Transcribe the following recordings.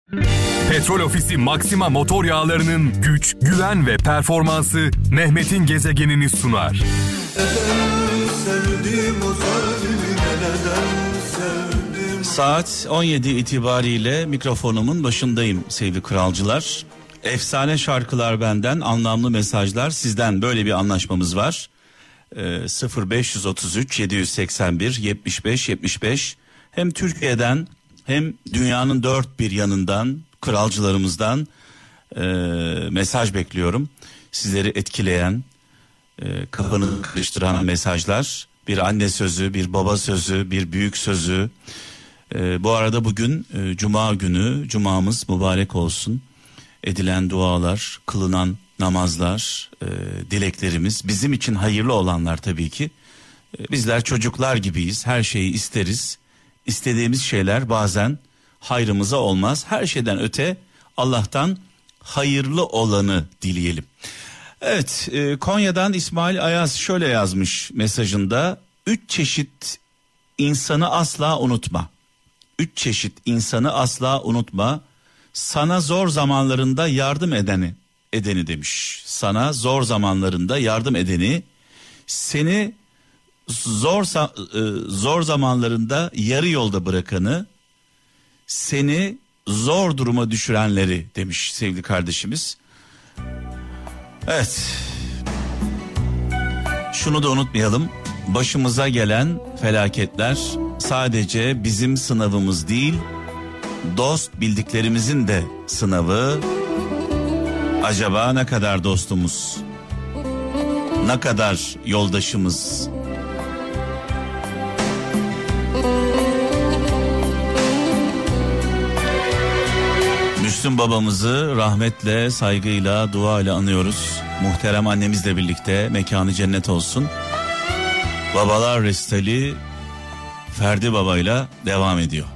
Petrol Ofisi Maxima motor yağlarının güç, güven ve performansı Mehmet'in gezegenini sunar. Saat 17 itibariyle mikrofonumun başındayım sevgili kralcılar. Efsane şarkılar benden, anlamlı mesajlar sizden, böyle bir anlaşmamız var. 0533 781 75 75 hem Türkiye'den hem dünyanın dört bir yanından, kralcılarımızdan mesaj bekliyorum. Sizleri etkileyen, kafanı karıştıran mesajlar. Bir anne sözü, bir baba sözü, bir büyük sözü. Bu arada bugün Cuma günü, Cuma'mız mübarek olsun. Edilen dualar, kılınan namazlar, dileklerimiz bizim için hayırlı olanlar tabii ki. Bizler çocuklar gibiyiz, her şeyi isteriz. İstediğimiz şeyler bazen hayrımıza olmaz. Her şeyden öte Allah'tan hayırlı olanı dileyelim. Evet, Konya'dan İsmail Ayaz şöyle yazmış mesajında: 3 çeşit insanı asla unutma. 3 çeşit insanı asla unutma. Sana zor zamanlarında yardım edeni demiş. Sana zor zamanlarında yardım edeni, seni zor zamanlarında yarı yolda bırakanı, seni zor duruma düşürenleri demiş sevgili kardeşimiz. Evet. Şunu da unutmayalım. Başımıza gelen felaketler sadece bizim sınavımız değil, dost bildiklerimizin de sınavı. Acaba ne kadar dostumuz, ne kadar yoldaşımız? Müslüm babamızı rahmetle, saygıyla, duayla anıyoruz. Muhterem annemizle birlikte mekanı cennet olsun. Babalar Restali Ferdi Baba'yla devam ediyor.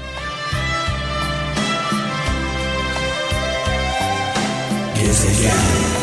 Gezegen.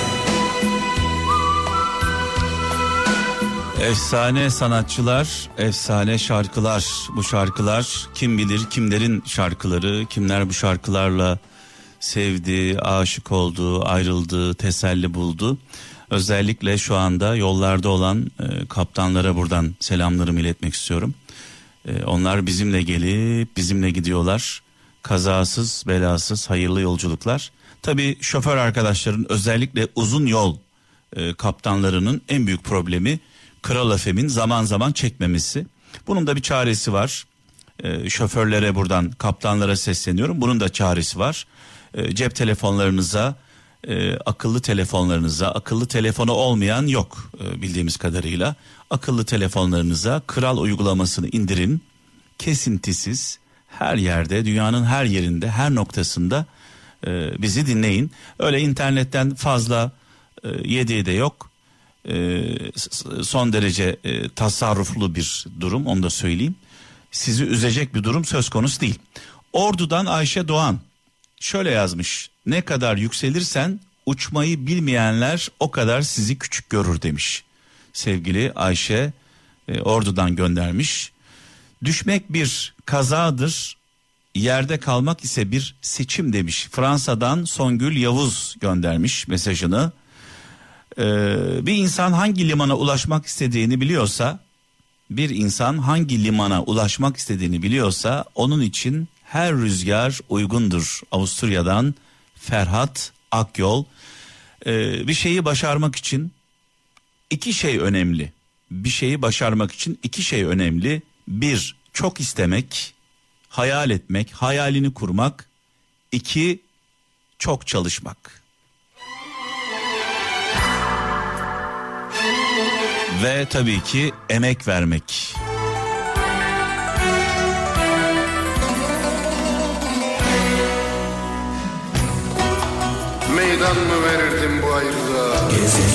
Efsane sanatçılar, efsane şarkılar. Bu şarkılar kim bilir kimlerin şarkıları, kimler bu şarkılarla sevdi, aşık oldu, ayrıldı, teselli buldu. Özellikle şu anda yollarda olan kaptanlara buradan selamlarımı iletmek istiyorum. Onlar bizimle gelip bizimle gidiyorlar. Kazasız, belasız, hayırlı yolculuklar. Tabii şoför arkadaşların, özellikle uzun yol kaptanlarının en büyük problemi Kral FM'in zaman zaman çekmemesi. Bunun da bir çaresi var. Şoförlere buradan, kaptanlara sesleniyorum. Bunun da çaresi var. Cep telefonlarınıza, akıllı telefonlarınıza, akıllı telefonu olmayan yok bildiğimiz kadarıyla. Akıllı telefonlarınıza Kral uygulamasını indirin. Kesintisiz her yerde, dünyanın her yerinde, her noktasında bizi dinleyin. Öyle internetten fazla yediği de yok. Son derece tasarruflu bir durum, onu da söyleyeyim. Sizi üzecek bir durum söz konusu değil. Ordu'dan Ayşe Doğan şöyle yazmış: ne kadar yükselirsen uçmayı bilmeyenler o kadar sizi küçük görür demiş. Sevgili Ayşe Ordu'dan göndermiş. Düşmek bir kazadır, yerde kalmak ise bir seçim demiş. Fransa'dan Songül Yavuz göndermiş mesajını. Bir insan hangi limana ulaşmak istediğini biliyorsa, onun için her rüzgar uygundur. Avusturya'dan Ferhat Akyol. Bir şeyi başarmak için iki şey önemli. Bir, çok istemek, hayal etmek, hayalini kurmak. İki, çok çalışmak. Ve tabii ki emek vermek. Meydan mı verirdim bu ayrıca?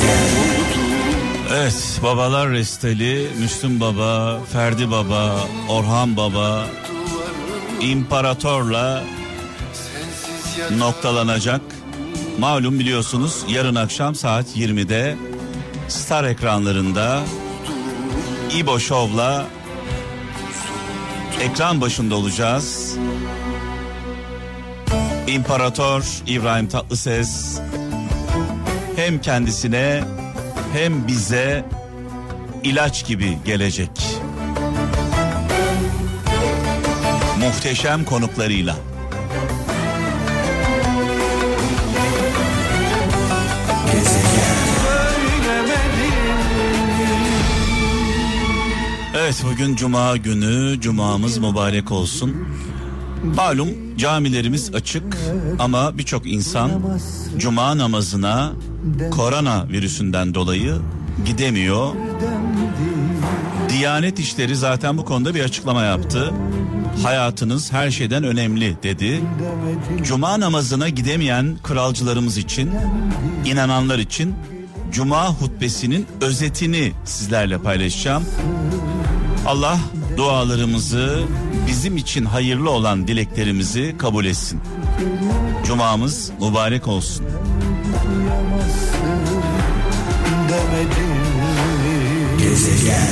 Evet, babalar resteli, Müslüm Baba, Ferdi Baba, Orhan Baba, İmparator'la noktalanacak. Malum biliyorsunuz, yarın akşam saat 20'de Star ekranlarında İbo Show'la ekran başında olacağız. İmparator İbrahim Tatlıses hem kendisine hem bize ilaç gibi gelecek. Muhteşem konuklarıyla. Evet, bugün Cuma günü, Cuma'mız mübarek olsun. Malum camilerimiz açık ama birçok insan Cuma namazına korona virüsünden dolayı gidemiyor. Diyanet İşleri zaten bu konuda bir açıklama yaptı. Hayatınız her şeyden önemli dedi. Cuma namazına gidemeyen kralcılarımız için, inananlar için Cuma hutbesinin özetini sizlerle paylaşacağım. Allah dualarımızı, bizim için hayırlı olan dileklerimizi kabul etsin. Cumamız mübarek olsun. Gezegen.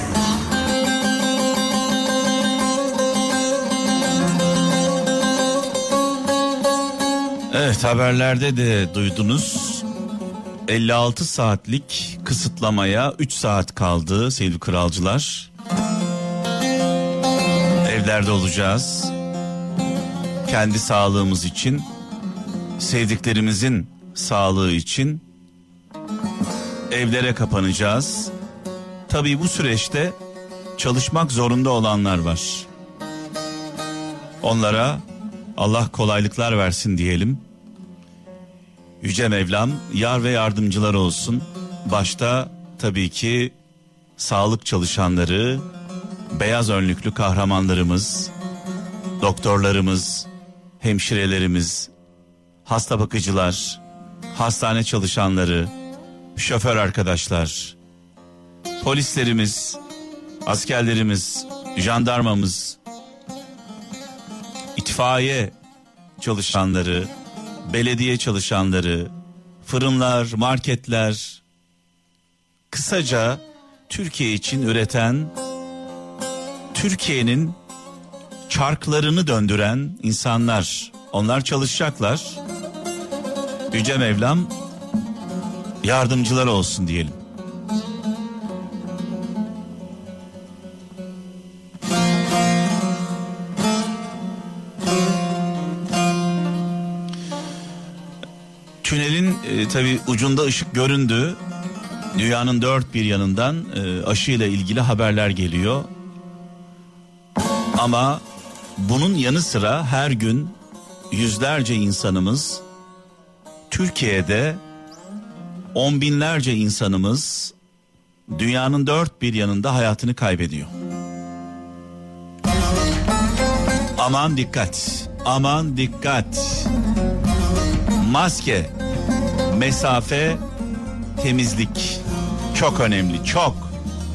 Evet, haberlerde de duydunuz. 56 saatlik kısıtlamaya 3 saat kaldı sevgili kralcılar. Evlerde olacağız. Kendi sağlığımız için, sevdiklerimizin sağlığı için evlere kapanacağız. Tabii bu süreçte çalışmak zorunda olanlar var. Onlara Allah kolaylıklar versin diyelim. Yüce Mevlam yar ve yardımcılar olsun. Başta tabii ki sağlık çalışanları, beyaz önlüklü kahramanlarımız, doktorlarımız, hemşirelerimiz, hasta bakıcılar, hastane çalışanları, şoför arkadaşlar, polislerimiz, askerlerimiz, jandarmamız, itfaiye çalışanları, belediye çalışanları, fırınlar, marketler, kısaca Türkiye için üreten, Türkiye'nin çarklarını döndüren insanlar, onlar çalışacaklar. Yüce Mevlam yardımcılar olsun diyelim. Tünelin tabii ucunda ışık göründü. Dünyanın dört bir yanından aşıyla ilgili haberler geliyor. Ama bunun yanı sıra her gün yüzlerce insanımız, Türkiye'de on binlerce insanımız dünyanın dört bir yanında hayatını kaybediyor. Aman dikkat, aman dikkat. Maske, mesafe, temizlik çok önemli, çok.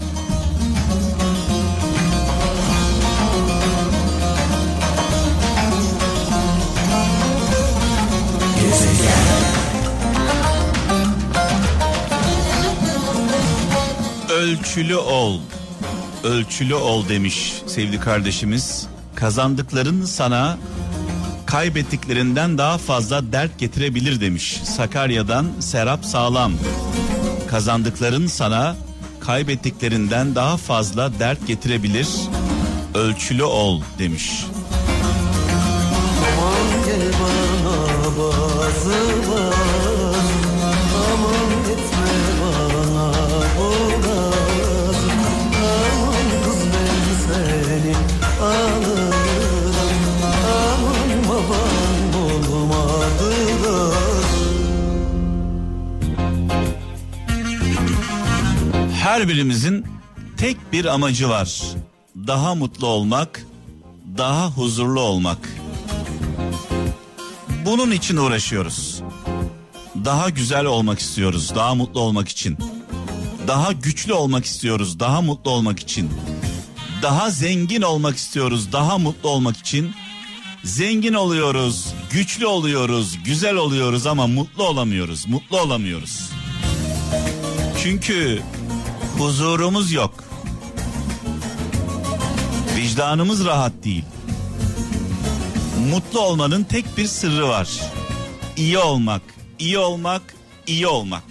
Ölçülü ol, ölçülü ol demiş sevgili kardeşimiz. Kazandıkların sana kaybettiklerinden daha fazla dert getirebilir demiş. Sakarya'dan Serap Sağlam. Kazandıkların sana kaybettiklerinden daha fazla dert getirebilir. Ölçülü ol demiş. Aman gel bana bazı var, aman etme bana bu gaz, aman kız ben seni alırım, aman babam olmadı da. Her birimizin tek bir amacı var. Daha mutlu olmak, daha huzurlu olmak. Bunun için uğraşıyoruz. Daha güzel olmak istiyoruz, daha mutlu olmak için. Daha güçlü olmak istiyoruz, daha mutlu olmak için. Daha zengin olmak istiyoruz, daha mutlu olmak için. Zengin oluyoruz, güçlü oluyoruz, güzel oluyoruz ama mutlu olamıyoruz, mutlu olamıyoruz. Çünkü huzurumuz yok. Vicdanımız rahat değil. Mutlu olmanın tek bir sırrı var. İyi olmak, iyi olmak, iyi olmak.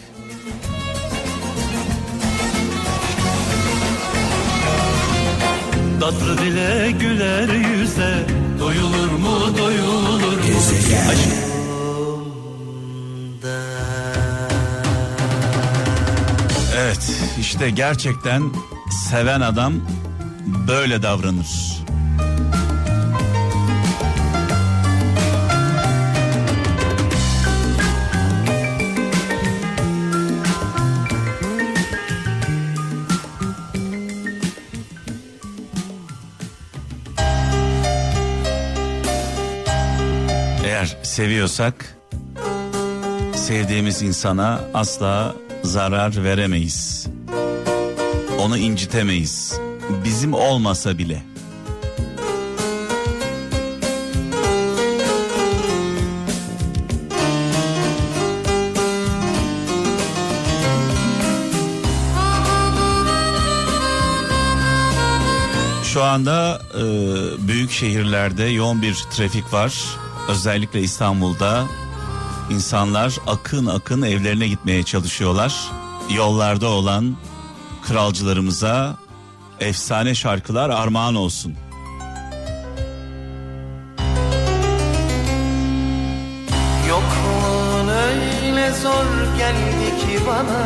Tatlı dile güler yüze doyulur mu doyulur mu? Evet, işte gerçekten seven adam böyle davranır. Eğer seviyorsak sevdiğimiz insana asla zarar veremeyiz. Onu incitemeyiz. Bizim olmasa bile. Şu anda büyük şehirlerde yoğun bir trafik var. Özellikle İstanbul'da insanlar akın akın evlerine gitmeye çalışıyorlar. Yollarda olan kralcılarımıza efsane şarkılar armağan olsun. Yokluğun öyle zor geldi ki bana,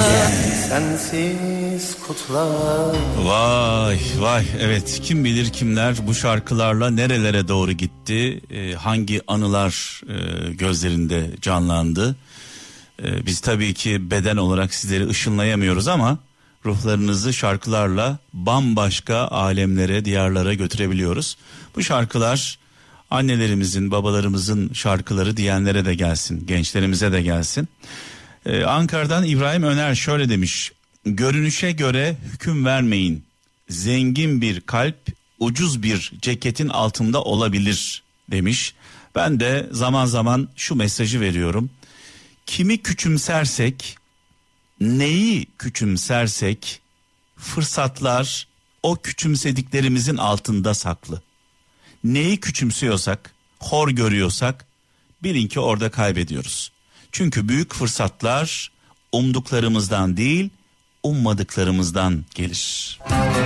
sensiz kutlar. Vay vay, evet, kim bilir kimler bu şarkılarla nerelere doğru gitti, hangi anılar gözlerinde canlandı. Biz tabii ki beden olarak sizleri ışınlayamıyoruz ama ruhlarınızı şarkılarla bambaşka alemlere, diyarlara götürebiliyoruz. Bu şarkılar annelerimizin, babalarımızın şarkıları diyenlere de gelsin, gençlerimize de gelsin. Ankara'dan İbrahim Öner şöyle demiş: görünüşe göre hüküm vermeyin. Zengin bir kalp ucuz bir ceketin altında olabilir demiş. Ben de zaman zaman şu mesajı veriyorum. Kimi küçümsersek, neyi küçümsersek fırsatlar o küçümsediklerimizin altında saklı. Neyi küçümsüyorsak, hor görüyorsak bilin ki orada kaybediyoruz. Çünkü büyük fırsatlar umduklarımızdan değil, ummadıklarımızdan gelir.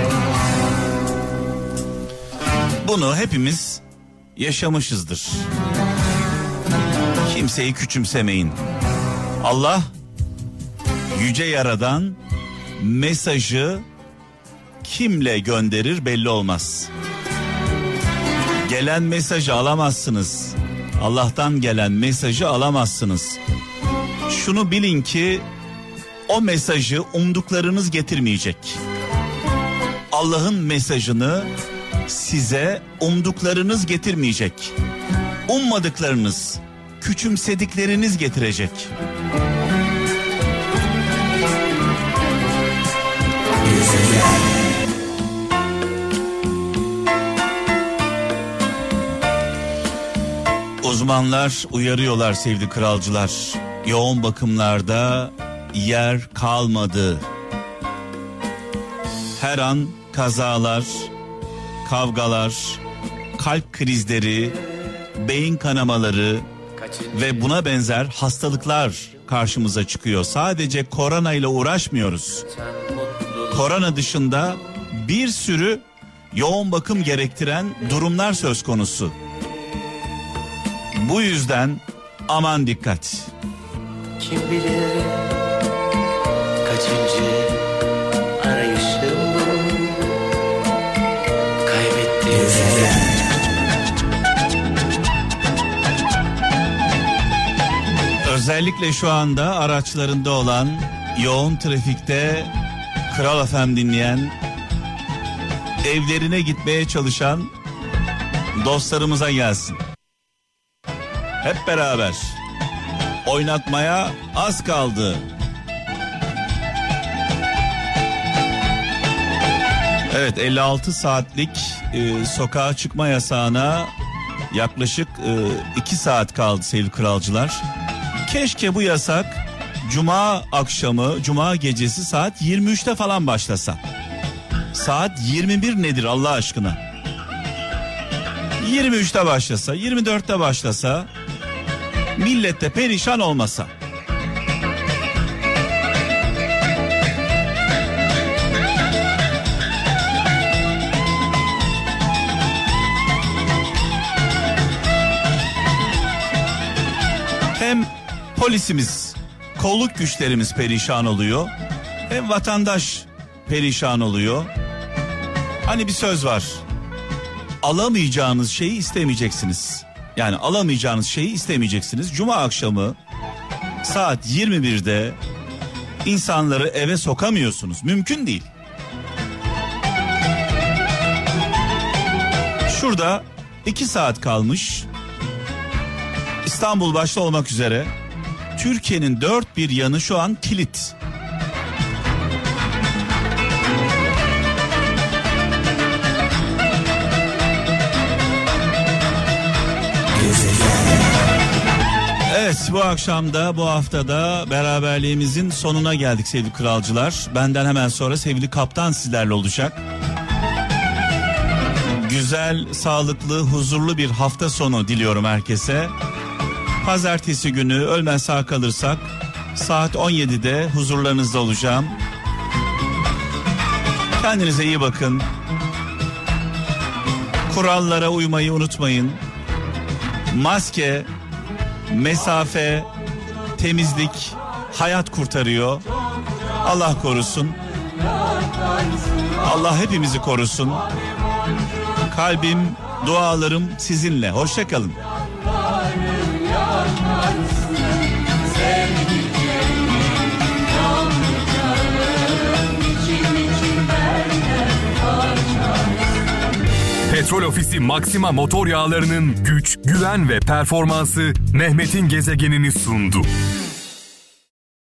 Bunu hepimiz yaşamışızdır. Kimseyi küçümsemeyin. Allah yüce yaradan mesajı kimle gönderir belli olmaz. Gelen mesajı alamazsınız. Allah'tan gelen mesajı alamazsınız. Şunu bilin ki o mesajı umduklarınız getirmeyecek. Allah'ın mesajını size umduklarınız getirmeyecek. Ummadıklarınız, küçümsedikleriniz getirecek. Uzmanlar uyarıyorlar sevgili kralcılar. Yoğun bakımlarda yer kalmadı. Her an kazalar, kavgalar, kalp krizleri, beyin kanamaları ve buna benzer hastalıklar karşımıza çıkıyor. Sadece korona ile uğraşmıyoruz. Korona dışında bir sürü yoğun bakım gerektiren durumlar söz konusu. Bu yüzden aman dikkat. Kim bilir kaçıncı arayışım bu, kaybettiğim. Özellikle şu anda araçlarında olan, yoğun trafikte Kral FM dinleyen, evlerine gitmeye çalışan dostlarımıza gelsin. Hep beraber oynatmaya az kaldı. Evet, 56 saatlik sokağa çıkma yasağına yaklaşık 2 saat kaldı sevgili kralcılar. Keşke bu yasak Cuma akşamı, Cuma gecesi saat 23'te falan başlasa. Saat 21 nedir Allah aşkına? 23'te başlasa, 24'te başlasa, millet de perişan olmasa. Hem polisimiz, kolluk güçlerimiz perişan oluyor, hem vatandaş perişan oluyor. Hani bir söz var. Alamayacağınız şeyi istemeyeceksiniz. Yani alamayacağınız şeyi istemeyeceksiniz. Cuma akşamı saat 21'de insanları eve sokamıyorsunuz. Mümkün değil. Şurada 2 saat kalmış. İstanbul başta olmak üzere Türkiye'nin dört bir yanı şu an kilit. Evet, bu akşamda, bu haftada beraberliğimizin sonuna geldik sevgili kralcılar. Benden hemen sonra sevgili kaptan sizlerle olacak. Güzel, sağlıklı, huzurlu bir hafta sonu diliyorum herkese. Pazartesi günü ölmez sağ kalırsak saat 17'de huzurlarınızda olacağım. Kendinize iyi bakın. Kurallara uymayı unutmayın. Maske, mesafe, temizlik hayat kurtarıyor. Allah korusun. Allah hepimizi korusun. Kalbim, dualarım sizinle. Hoşça kalın. Petrol Ofisi Maxima motor yağlarının güç, güven ve performansı Mehmet'in gezegenini sundu.